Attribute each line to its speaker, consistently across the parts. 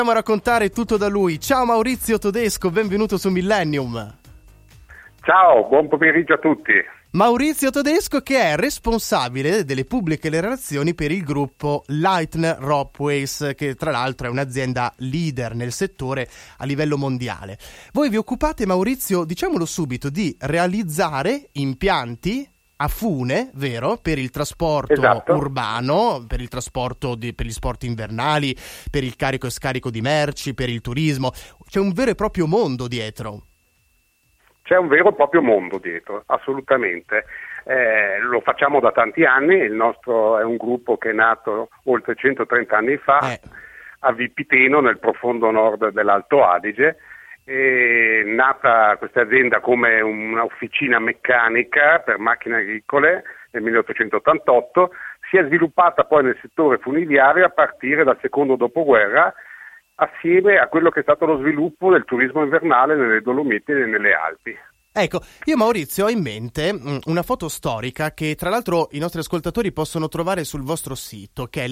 Speaker 1: Andiamo a raccontare tutto da lui. Ciao Maurizio Todesco, benvenuto su Millennium.
Speaker 2: Ciao, buon pomeriggio a tutti.
Speaker 1: Maurizio Todesco, che è responsabile delle pubbliche relazioni per il gruppo Leitner Ropeways, che tra l'altro è un'azienda leader nel settore a livello mondiale. Voi vi occupate, Maurizio, diciamolo subito, di realizzare impianti a fune, vero? Per il trasporto urbano, per il trasporto per gli sport invernali, per il carico e scarico di merci, per il turismo. C'è un vero e proprio mondo dietro.
Speaker 2: C'è un vero e proprio mondo dietro, assolutamente. Lo facciamo da tanti anni, il nostro è un gruppo che è nato oltre 130 anni fa a Vipiteno, nel profondo nord dell'Alto Adige. È nata questa azienda come un'officina meccanica per macchine agricole nel 1888, si è sviluppata poi nel settore funiviario a partire dal secondo dopoguerra, assieme a quello che è stato lo sviluppo del turismo invernale nelle Dolomiti e nelle Alpi.
Speaker 1: Ecco, io Maurizio ho in mente una foto storica che tra l'altro i nostri ascoltatori possono trovare sul vostro sito, che è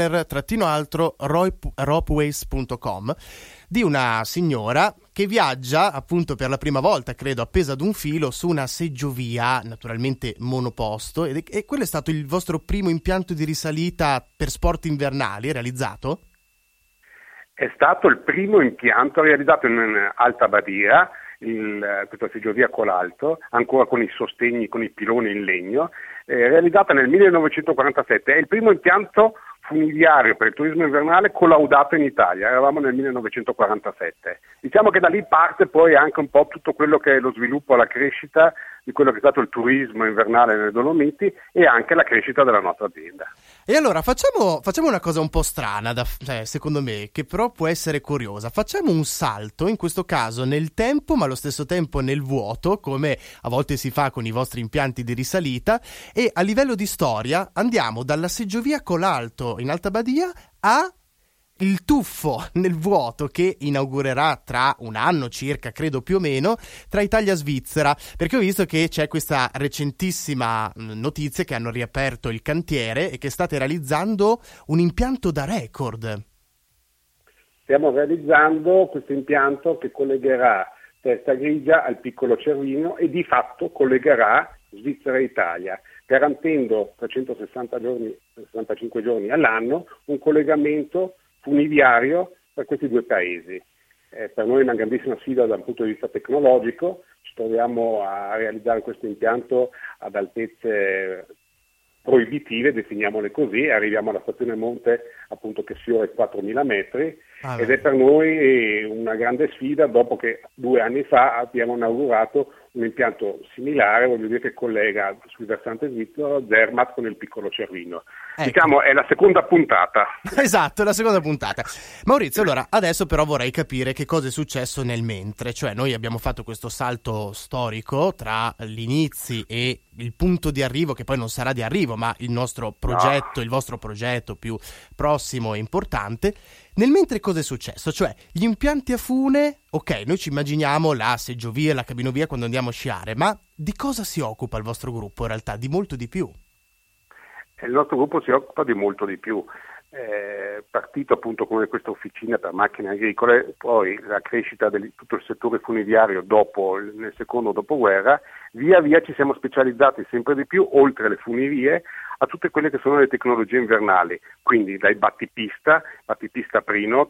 Speaker 1: leitner-ropeways.com, di una signora che viaggia appunto per la prima volta, credo, appesa ad un filo su una seggiovia, naturalmente monoposto, e quello è stato il vostro primo impianto di risalita per sport invernali realizzato?
Speaker 2: È stato il primo impianto realizzato in Alta Badia, questa seggiovia colalto, ancora con i sostegni, con i piloni in legno, realizzata nel 1947. È il primo impianto funiviario per il turismo invernale collaudato in Italia, eravamo nel 1947. Diciamo che da lì parte poi anche un po' tutto quello che è lo sviluppo e la crescita di quello che è stato il turismo invernale nelle Dolomiti e anche la crescita della nostra azienda.
Speaker 1: E allora facciamo una cosa un po' strana, secondo me, che però può essere curiosa. Facciamo un salto, in questo caso nel tempo, ma allo stesso tempo nel vuoto, come a volte si fa con i vostri impianti di risalita, e a livello di storia andiamo dalla seggiovia Colalto in Alta Badia a il tuffo nel vuoto che inaugurerà tra un anno circa, credo più o meno, tra Italia e Svizzera, perché ho visto che c'è questa recentissima notizia che hanno riaperto il cantiere e che state realizzando un impianto da record.
Speaker 2: Stiamo realizzando questo impianto che collegherà Testa Grigia al Piccolo Cervino e di fatto collegherà Svizzera e Italia, garantendo 360 giorni, 65 giorni all'anno un collegamento funiviario per questi due paesi. Per noi è una grandissima sfida dal punto di vista tecnologico, ci troviamo a realizzare questo impianto ad altezze proibitive, definiamole così, arriviamo alla stazione Monte appunto che sfiora i 4.000 metri ed è per noi una grande sfida dopo che 2 anni fa abbiamo inaugurato un impianto similare, voglio dire che collega sul versante svizzero Zermatt con il Piccolo Cervino. Ecco. Diciamo è la seconda puntata.
Speaker 1: Esatto, la seconda puntata. Maurizio, allora adesso però vorrei capire che cosa è successo nel mentre, cioè noi abbiamo fatto questo salto storico tra gli inizi e il punto di arrivo, che poi non sarà di arrivo, ma il nostro progetto, il vostro progetto più prossimo e importante. Nel mentre cosa è successo? Cioè, gli impianti a fune, ok, noi ci immaginiamo la seggiovia e la cabinovia quando andiamo a sciare, ma di cosa si occupa il vostro gruppo in realtà? Di molto di più.
Speaker 2: Il nostro gruppo si occupa di molto di più. Partito appunto come questa officina per macchine agricole, poi la crescita di tutto il settore funiviario nel secondo dopoguerra, via via ci siamo specializzati sempre di più, oltre alle funivie, a tutte quelle che sono le tecnologie invernali, quindi dai battipista Prinot,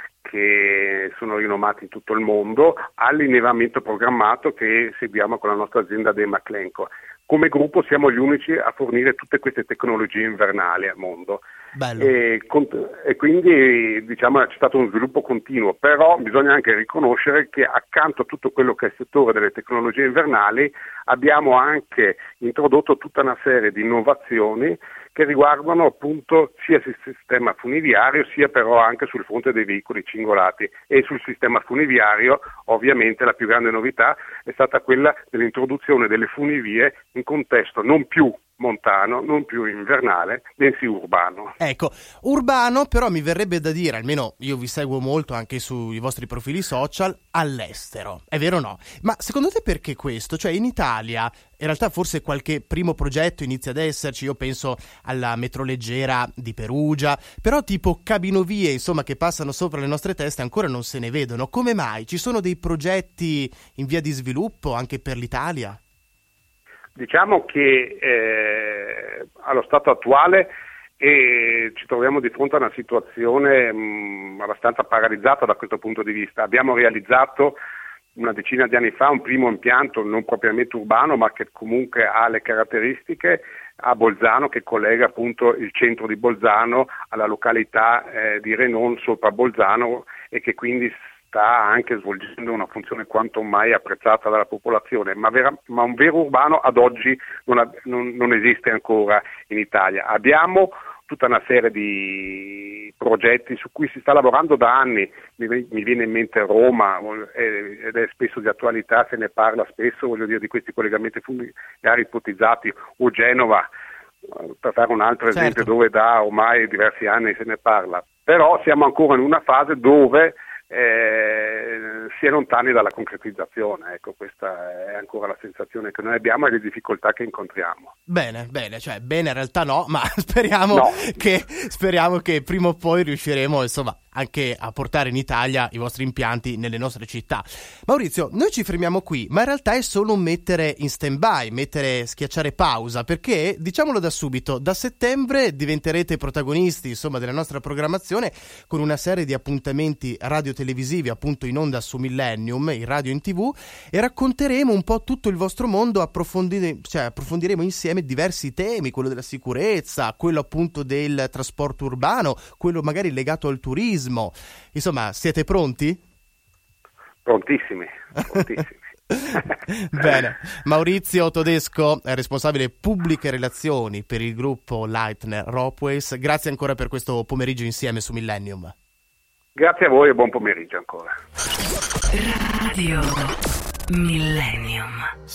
Speaker 2: che sono rinomati in tutto il mondo, all'innevamento programmato che seguiamo con la nostra azienda Demaclenco. Come gruppo siamo gli unici a fornire tutte queste tecnologie invernali al mondo. E quindi diciamo c'è stato uno sviluppo continuo, però bisogna anche riconoscere che accanto a tutto quello che è il settore delle tecnologie invernali abbiamo anche introdotto tutta una serie di innovazioni che riguardano appunto sia il sistema funiviario sia però anche sul fronte dei veicoli cingolati, e sul sistema funiviario ovviamente la più grande novità è stata quella dell'introduzione delle funivie in contesto non più montano, non più invernale, bensì urbano.
Speaker 1: Ecco, urbano, però mi verrebbe da dire, almeno io vi seguo molto anche sui vostri profili social, all'estero, è vero o no? Ma secondo te perché questo? Cioè in Italia, in realtà forse qualche primo progetto inizia ad esserci, io penso alla metroleggera di Perugia, però tipo cabinovie, insomma, che passano sopra le nostre teste ancora non se ne vedono. Come mai? Ci sono dei progetti in via di sviluppo anche per l'Italia?
Speaker 2: Diciamo che allo stato attuale ci troviamo di fronte a una situazione abbastanza paralizzata da questo punto di vista. Abbiamo realizzato una decina di anni fa un primo impianto non propriamente urbano, ma che comunque ha le caratteristiche a Bolzano, che collega appunto il centro di Bolzano alla località di Renon sopra Bolzano, e che quindi sta anche svolgendo una funzione quanto mai apprezzata dalla popolazione, ma un vero urbano ad oggi non esiste ancora in Italia. Abbiamo tutta una serie di progetti su cui si sta lavorando da anni, mi viene in mente Roma, ed è spesso di attualità, se ne parla spesso, voglio dire, di questi collegamenti funzionali ipotizzati, o Genova, per fare un altro esempio, dove da ormai diversi anni se ne parla. Però siamo ancora in una fase dove si è lontani dalla concretizzazione, ecco, questa è ancora la sensazione che noi abbiamo e le difficoltà che incontriamo.
Speaker 1: Bene, cioè bene in realtà no, ma speriamo che prima o poi riusciremo, insomma, anche a portare in Italia i vostri impianti nelle nostre città. Maurizio, noi ci fermiamo qui, ma in realtà è solo un mettere in stand-by, schiacciare pausa, perché, diciamolo da subito, da settembre diventerete protagonisti, insomma, della nostra programmazione con una serie di appuntamenti radiotelevisivi appunto in onda su Millennium, in radio e in TV, e racconteremo un po' tutto il vostro mondo, approfondiremo insieme diversi temi, quello della sicurezza, quello appunto del trasporto urbano, quello magari legato al turismo. Insomma, siete pronti?
Speaker 2: Prontissimi.
Speaker 1: Bene, Maurizio Todesco è responsabile pubbliche relazioni per il gruppo Leitner Ropeways. Grazie ancora per questo pomeriggio insieme su Millennium.
Speaker 2: Grazie a voi e buon pomeriggio ancora.
Speaker 3: Radio Millennium.